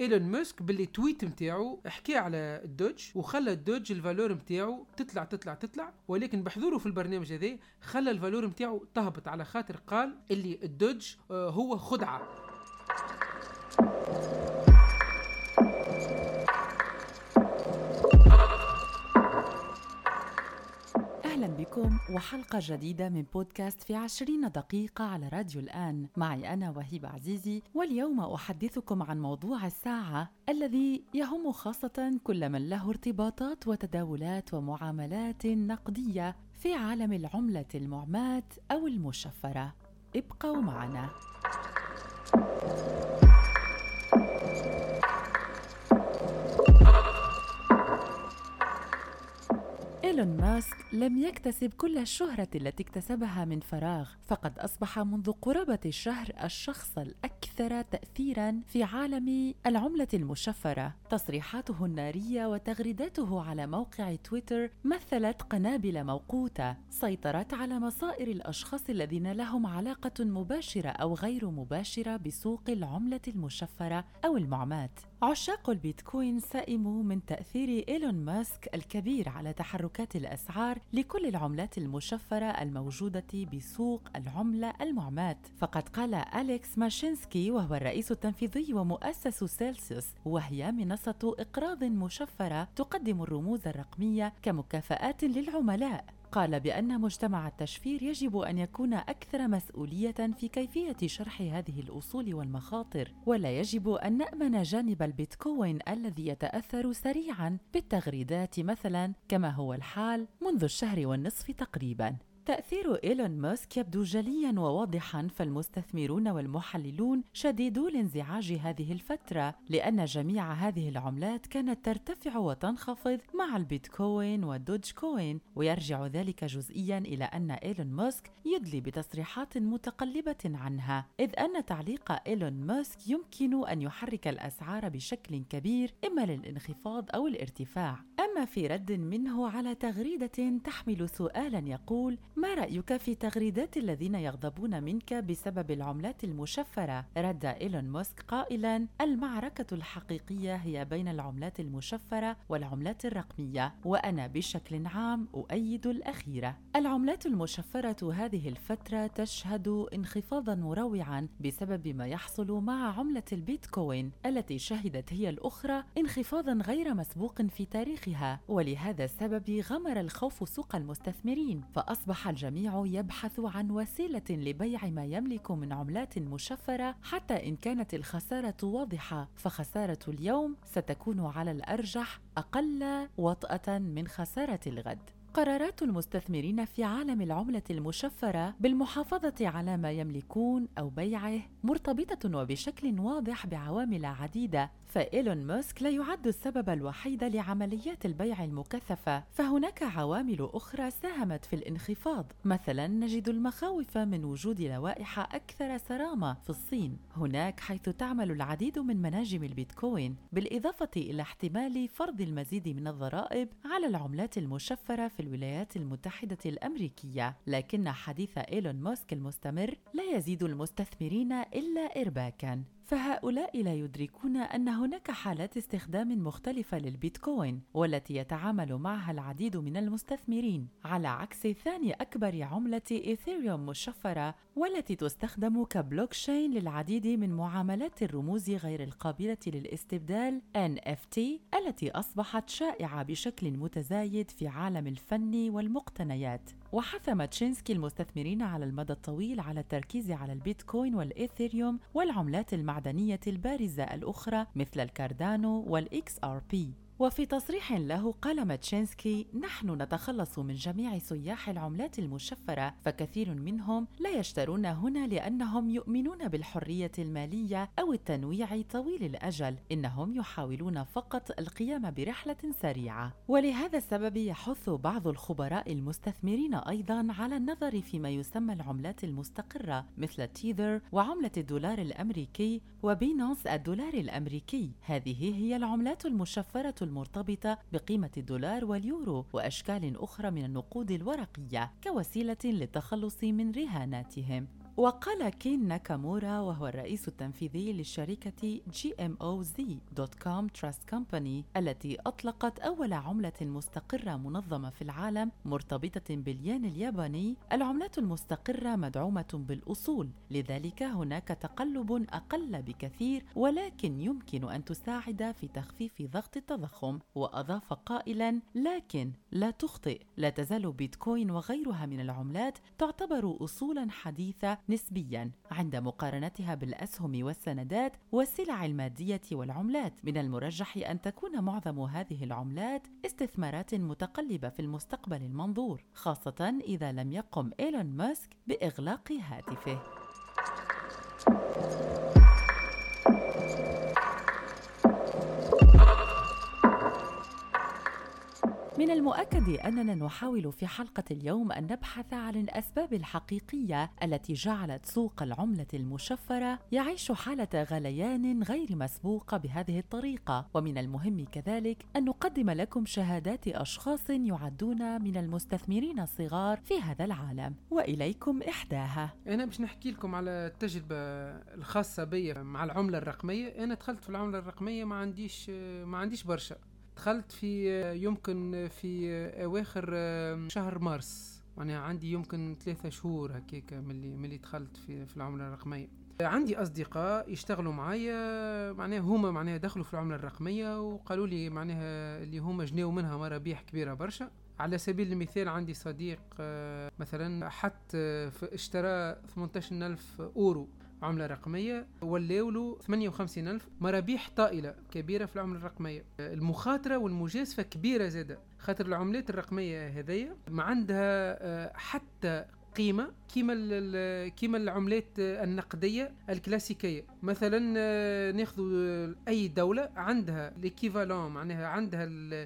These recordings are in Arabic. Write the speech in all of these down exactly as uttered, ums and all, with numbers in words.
إيلون ماسك باللي تويت متاعو حكي على الدوج وخلى الدوج الفالور متاعو تطلع تطلع تطلع، ولكن بحضوره في البرنامج هذا خلى الفالور متاعو تهبط، على خاطر قال اللي الدوج هو خدعة. أهلا بكم وحلقة جديدة من بودكاست في عشرين دقيقة على راديو الآن. معي أنا وهيبة عزيزي، واليوم أحدثكم عن موضوع الساعة الذي يهم خاصة كل من له ارتباطات وتداولات ومعاملات نقدية في عالم العملة المعماة أو المشفرة. ابقوا معنا. إيلون ماسك لم يكتسب كل الشهرة التي اكتسبها من فراغ، فقد أصبح منذ قرابة الشهر الشخص الأكثر تأثيراً في عالم العملة المشفرة. تصريحاته النارية وتغريداته على موقع تويتر مثلت قنابل موقوتة سيطرت على مصائر الأشخاص الذين لهم علاقة مباشرة أو غير مباشرة بسوق العملة المشفرة أو المعماة. عشاق البيتكوين سئموا من تأثير إيلون ماسك الكبير على تحركات الأسعار لكل العملات المشفرة الموجودة بسوق العملة المعماة. فقد قال أليكس ماشينسكي، وهو الرئيس التنفيذي ومؤسس سيلسيوس، وهي منصة إقراض مشفرة تقدم الرموز الرقمية كمكافآت للعملاء، قال بأن مجتمع التشفير يجب أن يكون أكثر مسؤولية في كيفية شرح هذه الأصول والمخاطر، ولا يجب أن نأمن جانب البيتكوين الذي يتأثر سريعاً بالتغريدات مثلاً، كما هو الحال منذ الشهر والنصف تقريباً. تأثير إيلون ماسك يبدو جلياً وواضحاً، فالمستثمرون والمحللون شديدو الانزعاج هذه الفترة، لأن جميع هذه العملات كانت ترتفع وتنخفض مع البيتكوين والدوج كوين، ويرجع ذلك جزئياً إلى أن إيلون ماسك يدلي بتصريحات متقلبة عنها، إذ أن تعليق إيلون ماسك يمكن أن يحرك الأسعار بشكل كبير إما للانخفاض أو الارتفاع. أما في رد منه على تغريدة تحمل سؤالاً يقول: ما رأيك في تغريدات الذين يغضبون منك بسبب العملات المشفرة؟ رد إيلون ماسك قائلاً: المعركة الحقيقية هي بين العملات المشفرة والعملات الرقمية، وأنا بشكل عام أؤيد الأخيرة. العملات المشفرة هذه الفترة تشهد انخفاضاً مروعاً بسبب ما يحصل مع عملة البيتكوين التي شهدت هي الأخرى انخفاضاً غير مسبوق في تاريخها، ولهذا السبب غمر الخوف سوق المستثمرين، فأصبح الجميع يبحث عن وسيلة لبيع ما يملك من عملات مشفرة حتى إن كانت الخسارة واضحة، فخسارة اليوم ستكون على الأرجح أقل وطأة من خسارة الغد. قرارات المستثمرين في عالم العملة المشفرة بالمحافظة على ما يملكون أو بيعه مرتبطة وبشكل واضح بعوامل عديدة، فإيلون ماسك لا يعد السبب الوحيد لعمليات البيع المكثفة، فهناك عوامل أخرى ساهمت في الانخفاض. مثلا نجد المخاوف من وجود لوائح أكثر صرامة في الصين، هناك حيث تعمل العديد من مناجم البيتكوين، بالإضافة إلى احتمال فرض المزيد من الضرائب على العملات المشفرة في الولايات المتحدة الأمريكية. لكن حديث إيلون ماسك المستمر لا يزيد المستثمرين إلا إرباكاً، فهؤلاء لا يدركون أن هناك حالات استخدام مختلفة للبيتكوين والتي يتعامل معها العديد من المستثمرين، على عكس ثاني أكبر عملة إيثيريوم مشفرة والتي تستخدم كبلوكشين للعديد من معاملات الرموز غير القابلة للاستبدال إن إف تي التي أصبحت شائعة بشكل متزايد في عالم الفن والمقتنيات. وحث ماتشينسكي المستثمرين على المدى الطويل على التركيز على البيتكوين والإيثيريوم والعملات المعدنية البارزة الأخرى مثل الكاردانو والإكس آر بي. وفي تصريح له قال ماتشينسكي: نحن نتخلص من جميع سياح العملات المشفرة، فكثير منهم لا يشترون هنا لأنهم يؤمنون بالحرية المالية أو التنويع طويل الأجل، إنهم يحاولون فقط القيام برحلة سريعة. ولهذا السبب يحث بعض الخبراء المستثمرين أيضاً على النظر فيما يسمى العملات المستقرة مثل تيذر وعملة الدولار الأمريكي وبينانس الدولار الأمريكي. هذه هي العملات المشفرة المرتبطة بقيمة الدولار واليورو وأشكال أخرى من النقود الورقية كوسيلة للتخلص من رهاناتهم. وقال كين ناكامورا وهو الرئيس التنفيذي للشركة جي إم أو زي دوت كوم Trust Company التي أطلقت أول عملة مستقرة منظمة في العالم مرتبطة بالين الياباني، العملات المستقرة مدعومة بالأصول، لذلك هناك تقلب أقل بكثير ولكن يمكن أن تساعد في تخفيف ضغط التضخم. وأضاف قائلاً: لكن لا تخطئ، لا تزال بيتكوين وغيرها من العملات تعتبر أصولاً حديثة نسبياً عند مقارنتها بالأسهم والسندات والسلع المادية والعملات. من المرجح أن تكون معظم هذه العملات استثمارات متقلبة في المستقبل المنظور، خاصة إذا لم يقم إيلون ماسك بإغلاق هاتفه. من المؤكد أننا نحاول في حلقة اليوم أن نبحث عن الأسباب الحقيقية التي جعلت سوق العملة المشفرة يعيش حالة غليان غير مسبوق بهذه الطريقة، ومن المهم كذلك أن نقدم لكم شهادات أشخاص يعدون من المستثمرين الصغار في هذا العالم، وإليكم إحداها. أنا باش نحكي لكم على التجربة الخاصة بي مع العملة الرقمية. أنا دخلت في العملة الرقمية ما عنديش ما عنديش برشا. دخلت في يمكن في أواخر شهر مارس، معناها عندي يمكن ثلاثة شهور هكاك ملي ملي دخلت في في العملة الرقمية. عندي أصدقاء يشتغلوا معايا، معناها هما معناها دخلوا في العملة الرقمية وقالوا لي معناها اللي هما جنيوا منها مرابيح كبيرة برشا. على سبيل المثال عندي صديق مثلا حتى اشترى ثمانية عشر ألف أورو عملة رقمية ولاولو ثمانية وخمسين ألف، مرابيح طائلة كبيرة في العملة الرقمية. المخاطرة والمجازفة كبيرة زادة، خاطر العملات الرقمية هذية ما عندها حتى قيمة كيما كيما العملات النقدية الكلاسيكية. مثلا ناخذ أي دولة عندها ليكيفالون، معناها عندها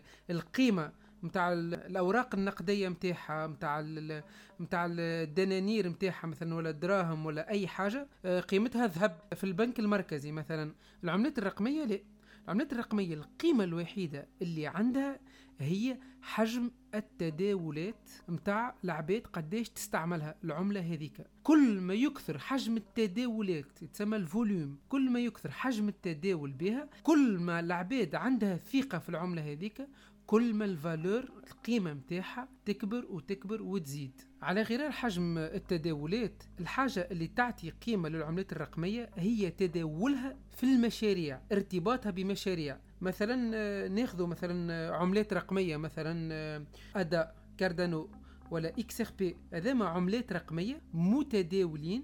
القيمة متاع الأوراق النقدية متاعها، متاع متاع الدنانير متاعها مثلا ولا الدراهم ولا أي حاجة قيمتها ذهب في البنك المركزي. مثلا العملات الرقمية لا، العملات الرقمية القيمة الوحيدة اللي عندها هي حجم التداولات متاع العباد قديش تستعملها العملة هذيك. كل ما يكثر حجم التداولات يتسمى الفوليوم، كل ما يكثر حجم التداول بها كل ما العباد عندها ثقة في العملة هذيك، كل ما الفالور القيمة متاعها تكبر وتكبر وتزيد. على غير حجم التداولات، الحاجة اللي تعطي قيمة للعملات الرقمية هي تداولها في المشاريع، ارتباطها بمشاريع. مثلا ناخذ مثلا عملات رقمية مثلا أداء، كاردانو ولا إكس إر بي، هذا عملات رقمية متداولين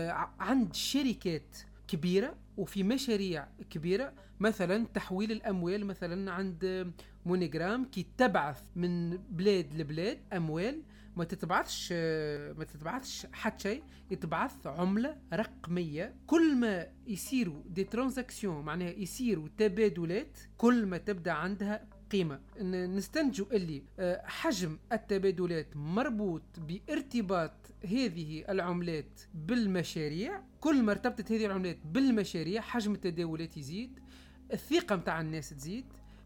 عند شركات كبيرة وفي مشاريع كبيرة. مثلا تحويل الأموال، مثلا عند مونيجرام كي تبعث من بلاد لبلاد أموال، ما تتبعثش ما تتبعثش حتى شيء، يتبعث عملة رقمية. كل ما يصيروا دي ترانزاكسيون، معناها يصيروا تبادلات، كل ما تبدأ عندها قيمة. نستنتجوا اللي حجم التبادلات مربوط بارتباط هذه العملات بالمشاريع. كل ما ارتبطت هذه العملات بالمشاريع حجم التداولات يزيد، الثقة متاع الناس تزيد،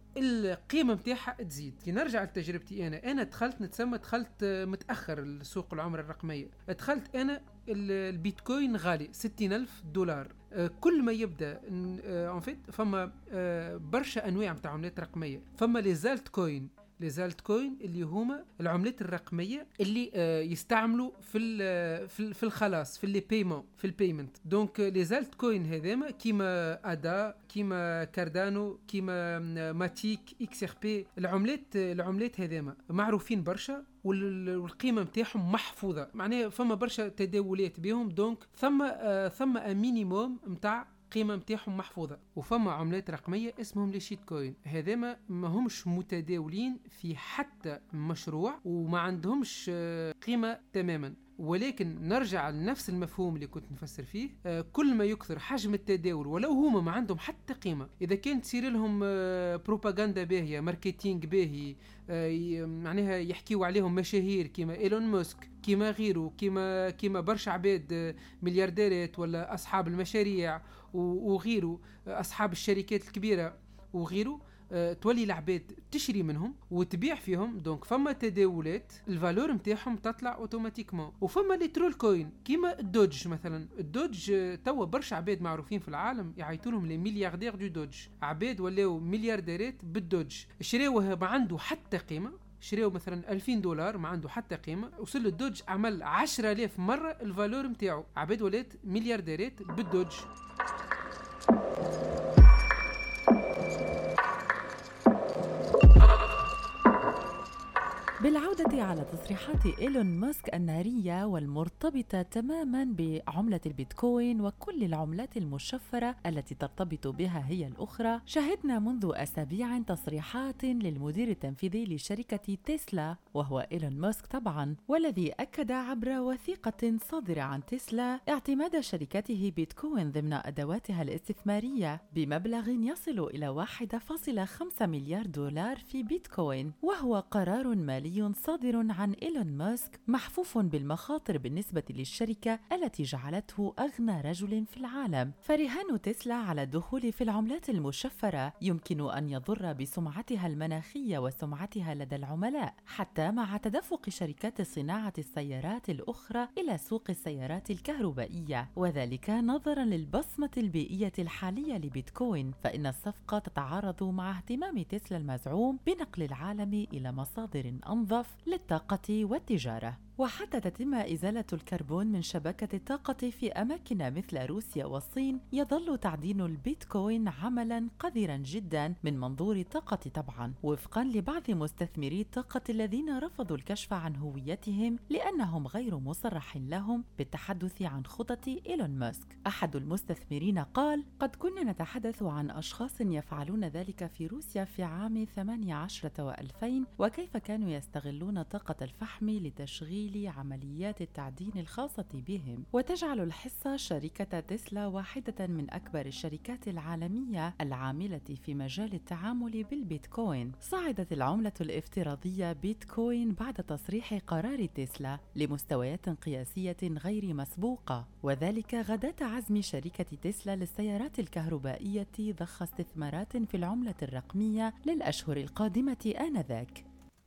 القيمة متاعها تزيد. كي نرجع لتجربتي أنا أنا دخلت نتسمى دخلت متأخر السوق العملة الرقمية. دخلت أنا البيتكوين غالي ستين ألف دولار. كل ما يبدأ ان فيت فما برشا أنواع متاع عملات رقمية. فما ليزالت كوين ليزالت كوين اللي هما العملات الرقميه اللي يستعملوا في في في الخلاص، في لي بايمون، في البيمنت. دونك ليزالت كوين هذاما كيما ادا، كيما كاردانو، كيما ماتيك، اكس ار بي، العملات العملات هذاما معروفين برشا والقيمه نتاعهم محفوظه، معناها فما برشا تداولات بهم. دونك ثم آه ثم مينيموم نتاع قيمة متاعهم محفوظة. وفما عملات رقمية اسمهم لي شيت كوين، هذاما ما همش متداولين في حتى مشروع وما عندهمش قيمة تماما. ولكن نرجع لنفس المفهوم اللي كنت نفسر فيه، آه كل ما يكثر حجم التداول ولو هما ما عندهم حتى قيمة، إذا كانت تصير لهم آه بروباغندا باهية، ماركتينج باهي، آه معناها يحكيوا عليهم مشاهير كيما إيلون ماسك، كيما غيره، كيما كيما برشا عباد آه مليارديرات ولا أصحاب المشاريع وغيره، آه أصحاب الشركات الكبيرة وغيره، أه تولي العباد تشري منهم وتبيع فيهم. دونك فما تداولات الفالور نتاعهم تطلع اوتوماتيكمون. وفما لي ترول كوين كيما الدوج مثلا. الدوج توا برشا عباد معروفين في العالم يعيطولهم لي ملياردير دو دوج. عباد ولاو مليارديرات بالدوج، شراوه ما عنده حتى قيمه، شريو مثلا ألفين دولار ما عنده حتى قيمه، وصل الدوج عمل عشرة آلاف مره الفالور نتاعو. عباد ولات مليارديرات بالدوج. بالعودة على تصريحات إيلون ماسك النارية والمرتبطة تماماً بعملة البيتكوين وكل العملات المشفرة التي ترتبط بها هي الأخرى، شهدنا منذ أسابيع تصريحات للمدير التنفيذي لشركة تسلا وهو إيلون ماسك طبعاً، والذي أكد عبر وثيقة صادرة عن تسلا اعتماد شركته بيتكوين ضمن أدواتها الاستثمارية بمبلغ يصل إلى واحد فاصلة خمسة مليار دولار في بيتكوين، وهو قرار مالي صادر عن إيلون ماسك محفوف بالمخاطر بالنسبة للشركة التي جعلته أغنى رجل في العالم. فرهان تسلا على الدخول في العملات المشفرة يمكن أن يضر بسمعتها المناخية وسمعتها لدى العملاء، حتى مع تدفق شركات صناعة السيارات الأخرى إلى سوق السيارات الكهربائية، وذلك نظرا للبصمة البيئية الحالية لبيتكوين. فإن الصفقة تتعارض مع اهتمام تسلا المزعوم بنقل العالم إلى مصادر أنظف للطاقة والتجارة. وحتى تتم إزالة الكربون من شبكة الطاقة في أماكن مثل روسيا والصين، يظل تعدين البيتكوين عملاً قذراً جداً من منظور الطاقة طبعاً، وفقاً لبعض مستثمري الطاقة الذين رفضوا الكشف عن هويتهم لأنهم غير مصرح لهم بالتحدث عن خطط إيلون ماسك. أحد المستثمرين قال: قد كنا نتحدث عن أشخاص يفعلون ذلك في روسيا في عام ثمانية عشر وألفين، وكيف كانوا يستغلون طاقة الفحم لتشغيل عمليات التعدين الخاصة بهم. وتجعل الحصة شركة تسلا واحدة من أكبر الشركات العالمية العاملة في مجال التعامل بالبيتكوين. صعدت العملة الافتراضية بيتكوين بعد تصريح قرار تسلا لمستويات قياسية غير مسبوقة، وذلك غداة عزم شركة تسلا للسيارات الكهربائية ضخ استثمارات في العملة الرقمية للأشهر القادمة آنذاك.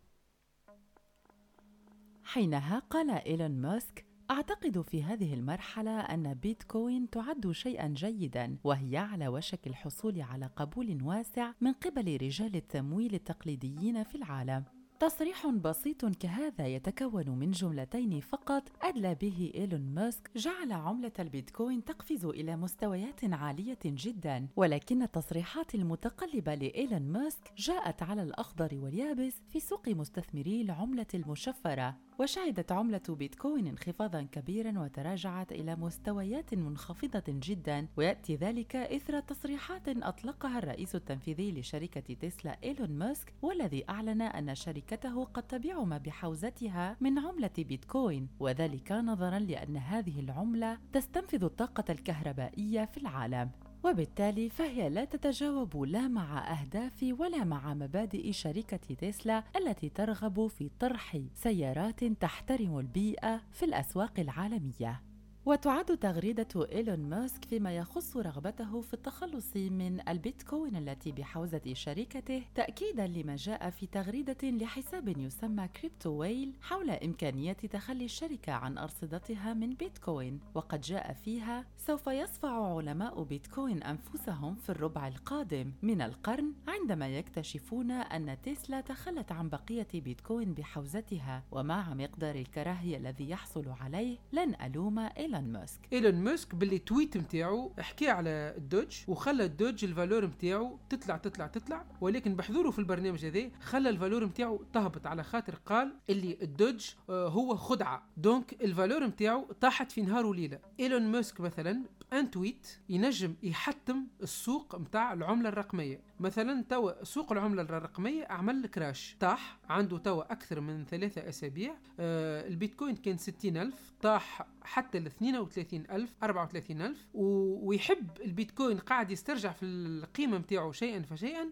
حينها قال إيلون ماسك: أعتقد في هذه المرحلة أن بيتكوين تعد شيئاً جيداً، وهي على وشك الحصول على قبول واسع من قبل رجال التمويل التقليديين في العالم. تصريح بسيط كهذا يتكون من جملتين فقط أدلى به إيلون ماسك جعل عملة البيتكوين تقفز إلى مستويات عالية جدا، ولكن التصريحات المتقلبة لإيلون ماسك جاءت على الأخضر واليابس في سوق مستثمري العملة المشفرة، وشهدت عملة بيتكوين انخفاضا كبيرا وتراجعت إلى مستويات منخفضة جدا، ويأتي ذلك إثر تصريحات أطلقها الرئيس التنفيذي لشركة تسلا إيلون ماسك، والذي أعلن أن شركته قد تبيع ما بحوزتها من عملة بيتكوين، وذلك نظرا لأن هذه العملة تستنفذ الطاقة الكهربائية في العالم، وبالتالي فهي لا تتجاوب لا مع أهداف ولا مع مبادئ شركة تسلا التي ترغب في طرح سيارات تحترم البيئة في الأسواق العالمية. وتعد تغريدة إيلون ماسك فيما يخص رغبته في التخلص من البيتكوين التي بحوزة شركته تأكيداً لما جاء في تغريدة لحساب يسمى كريبتو ويل حول إمكانية تخلي الشركة عن أرصدتها من بيتكوين، وقد جاء فيها: سوف يصفع علماء بيتكوين أنفسهم في الربع القادم من القرن عندما يكتشفون أن تسلا تخلت عن بقية بيتكوين بحوزتها، ومع مقدار الكراهية الذي يحصل عليه لن ألوم إيلون ماسك. إيلون ماسك باللي تويت متاعو حكي على الدوج وخلى الدوج الفالور متاعو تطلع تطلع تطلع، ولكن بحضوره في البرنامج هذا خلى الفالور متاعو تهبط، على خاطر قال اللي الدوج هو خدعة، دونك الفالور متاعو طاحت في نهار وليلة. إيلون ماسك مثلا ان تويت ينجم يحتم السوق متاع العملة الرقمية. مثلا توا سوق العملة الرقمية عمل كراش، طاح عنده توا أكثر من ثلاثة أسابيع. آه البيتكوين كان ستين ألف، طاح حتى ل اثنين وثلاثين ألف أربعة وثلاثين ألف، ويحب البيتكوين قاعد يسترجع في القيمة متاعه شيئا فشيئا،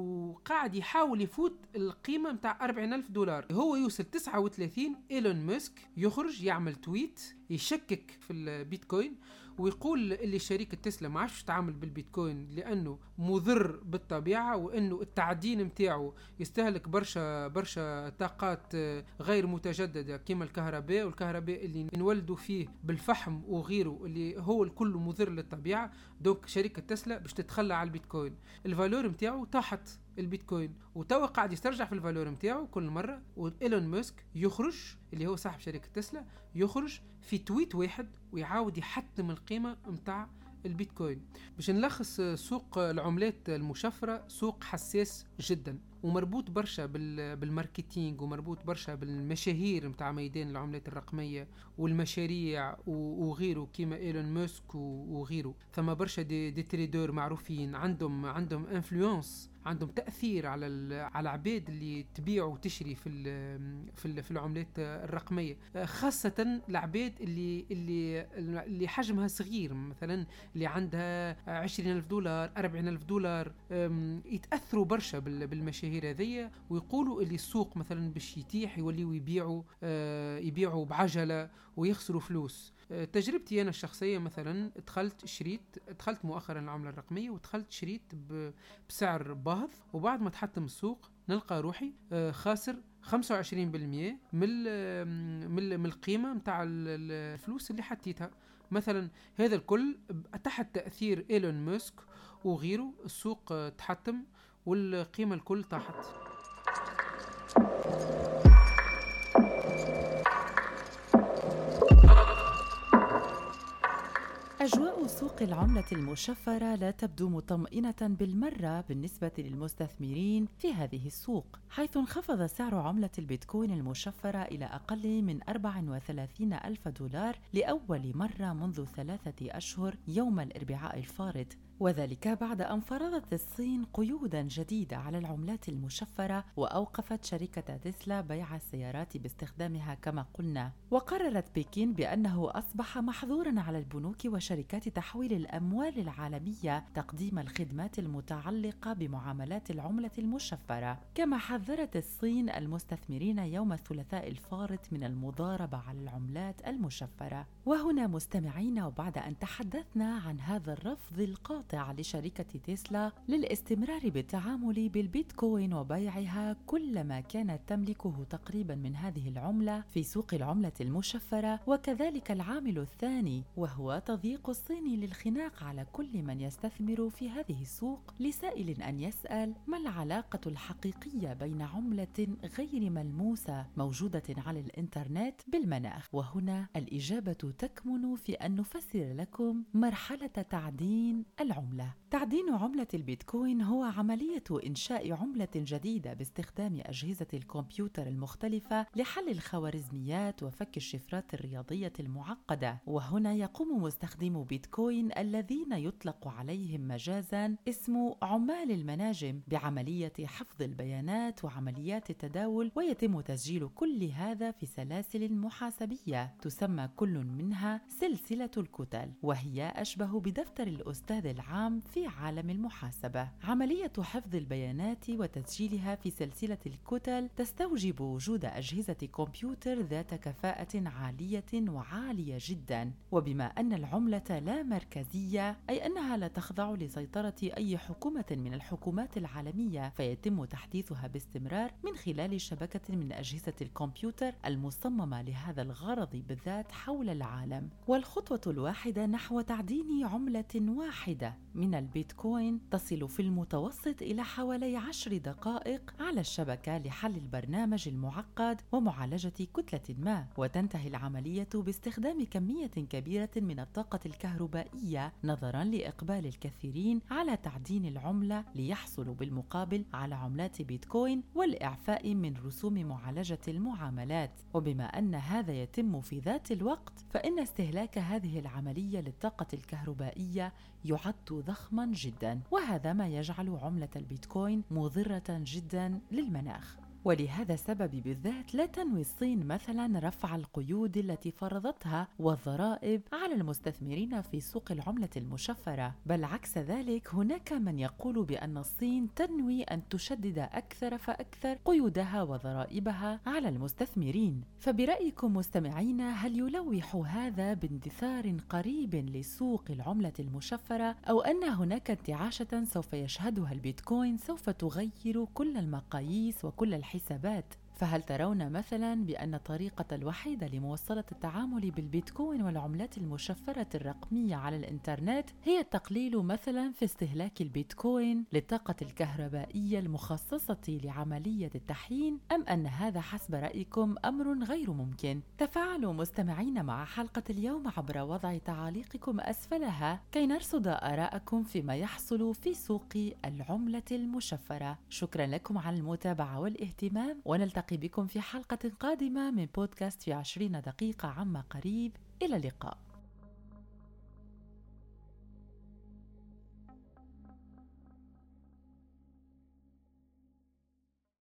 وقاعد يحاول يفوت القيمة متاع أربعين ألف دولار، هو يوصل تسعة وثلاثين. إيلون ماسك يخرج يعمل تويت يشكك في البيتكوين ويقول اللي شركة تسلا ما عادش تعامل بالبيتكوين لأنه مضر بالطبيعة، وأنه التعدين متاعه يستهلك برشا برشا طاقات غير متجددة كما الكهرباء، والكهرباء اللي نولدوا فيه بالفحم وغيره اللي هو الكل مضر للطبيعة. دوك شركة تسلا باش تتخلى على البيتكوين، الفالور متاعه طاحت البيتكوين، وتوا قاعد يسترجع في الفالور متاعه كل مرة. وإيلون ماسك يخرج اللي هو صاحب شركة تسلا يخرج في تويت واحد ويعاود يحطم القيمة متاع البيتكوين. باش نلخص، سوق العملات المشفرة سوق حساس جدا ومربوط برشا بالماركتينج ومربوط برشا بالمشاهير متاع ميدان العملات الرقمية والمشاريع وغيره كيما إيلون ماسك وغيره. ثم برشا دي, دي تريدور معروفين عندهم عندهم انفلونس، عندهم تأثير على على العباد اللي تبيع وتشري في في في العملات الرقمية، خاصة العباد اللي اللي اللي حجمها صغير، مثلا اللي عندها عشرين ألف دولار أربعين ألف دولار، يتأثروا برشا بالمشاهير هذية، ويقولوا اللي السوق مثلا باش يتيح يوليوا يبيعوا يبيعوا بعجلة ويخسروا فلوس. تجربتي أنا الشخصية مثلا دخلت شريت دخلت مؤخرا العملة الرقمية ودخلت شريت بسعر باهظ، وبعد ما تحطم السوق نلقى روحي خاسر خمسة وعشرين بالمئة من القيمة متاع الفلوس اللي حطيتها. مثلا هذا الكل تحت تأثير إيلون ماسك وغيره، السوق تحطم والقيمة الكل طاحت. أجواء سوق العملة المشفرة لا تبدو مطمئنة بالمرة بالنسبة للمستثمرين في هذه السوق، حيث انخفض سعر عملة البيتكوين المشفرة إلى أقل من أربعة وثلاثين ألف دولار لأول مرة منذ ثلاثة أشهر يوم الأربعاء الفارط، وذلك بعد أن فرضت الصين قيوداً جديدة على العملات المشفرة وأوقفت شركة تسلا بيع السيارات باستخدامها كما قلنا. وقررت بكين بأنه أصبح محظوراً على البنوك وشركات تحويل الأموال العالمية تقديم الخدمات المتعلقة بمعاملات العملة المشفرة. كما حذرت الصين المستثمرين يوم الثلاثاء الفارط من المضاربة على العملات المشفرة. وهنا مستمعين، وبعد أن تحدثنا عن هذا الرفض القاطع لشركة تسلا للاستمرار بالتعامل بالبيتكوين وبيعها كلما كانت تملكه تقريبا من هذه العملة في سوق العملة المشفرة، وكذلك العامل الثاني وهو تضييق الصين للخناق على كل من يستثمر في هذه السوق، لسائل أن يسأل: ما العلاقة الحقيقية بين عملة غير ملموسة موجودة على الإنترنت بالمناخ؟ وهنا الإجابة تكمن في أن نفسر لكم مرحلة تعدين العملة. تعدين عملة البيتكوين هو عملية إنشاء عملة جديدة باستخدام أجهزة الكمبيوتر المختلفة لحل الخوارزميات وفك الشفرات الرياضية المعقدة. وهنا يقوم مستخدمو بيتكوين الذين يطلق عليهم مجازاً اسم عمال المناجم بعملية حفظ البيانات وعمليات التداول، ويتم تسجيل كل هذا في سلاسل محاسبية تسمى كل منها سلسلة الكتل، وهي أشبه بدفتر الأستاذ العام في عالم المحاسبة. عملية حفظ البيانات وتسجيلها في سلسلة الكتل تستوجب وجود أجهزة كمبيوتر ذات كفاءة عالية وعالية جدا. وبما أن العملة لا مركزية، أي أنها لا تخضع لسيطرة أي حكومة من الحكومات العالمية، فيتم تحديثها باستمرار من خلال شبكة من أجهزة الكمبيوتر المصممة لهذا الغرض بالذات حول العالم. والخطوة الواحدة نحو تعدين عملة واحدة من البيتكوين تصل في المتوسط إلى حوالي عشر دقائق على الشبكة لحل البرنامج المعقد ومعالجة كتلة ما، وتنتهي العملية باستخدام كمية كبيرة من الطاقة الكهربائية نظراً لإقبال الكثيرين على تعدين العملة ليحصلوا بالمقابل على عملات بيتكوين والإعفاء من رسوم معالجة المعاملات. وبما أن هذا يتم في ذات الوقت، فإن استهلاك هذه العملية للطاقة الكهربائية يعد ضخما جدا، وهذا ما يجعل عملة البيتكوين مضرة جدا للمناخ. ولهذا السبب بالذات لا تنوي الصين مثلا رفع القيود التي فرضتها والضرائب على المستثمرين في سوق العملة المشفرة، بل عكس ذلك هناك من يقول بأن الصين تنوي أن تشدد أكثر فأكثر قيودها وضرائبها على المستثمرين. فبرأيكم مستمعين، هل يلوح هذا باندثار قريب لسوق العملة المشفرة، أو أن هناك انتعاشة سوف يشهدها البيتكوين سوف تغير كل المقاييس وكل الحسابات؟ فهل ترون مثلا بأن الطريقة الوحيدة لمواصلة التعامل بالبيتكوين والعملات المشفرة الرقمية على الإنترنت هي التقليل مثلا في استهلاك البيتكوين للطاقة الكهربائية المخصصة لعملية التحيين، أم أن هذا حسب رأيكم أمر غير ممكن؟ تفاعلوا مستمعين مع حلقة اليوم عبر وضع تعاليقكم أسفلها كي نرصد آراءكم فيما يحصل في سوق العملة المشفرة. شكرا لكم على المتابعة والاهتمام، ونلتقي بكم في حلقة قادمة من بودكاست في عشرين دقيقة عما قريب. إلى اللقاء.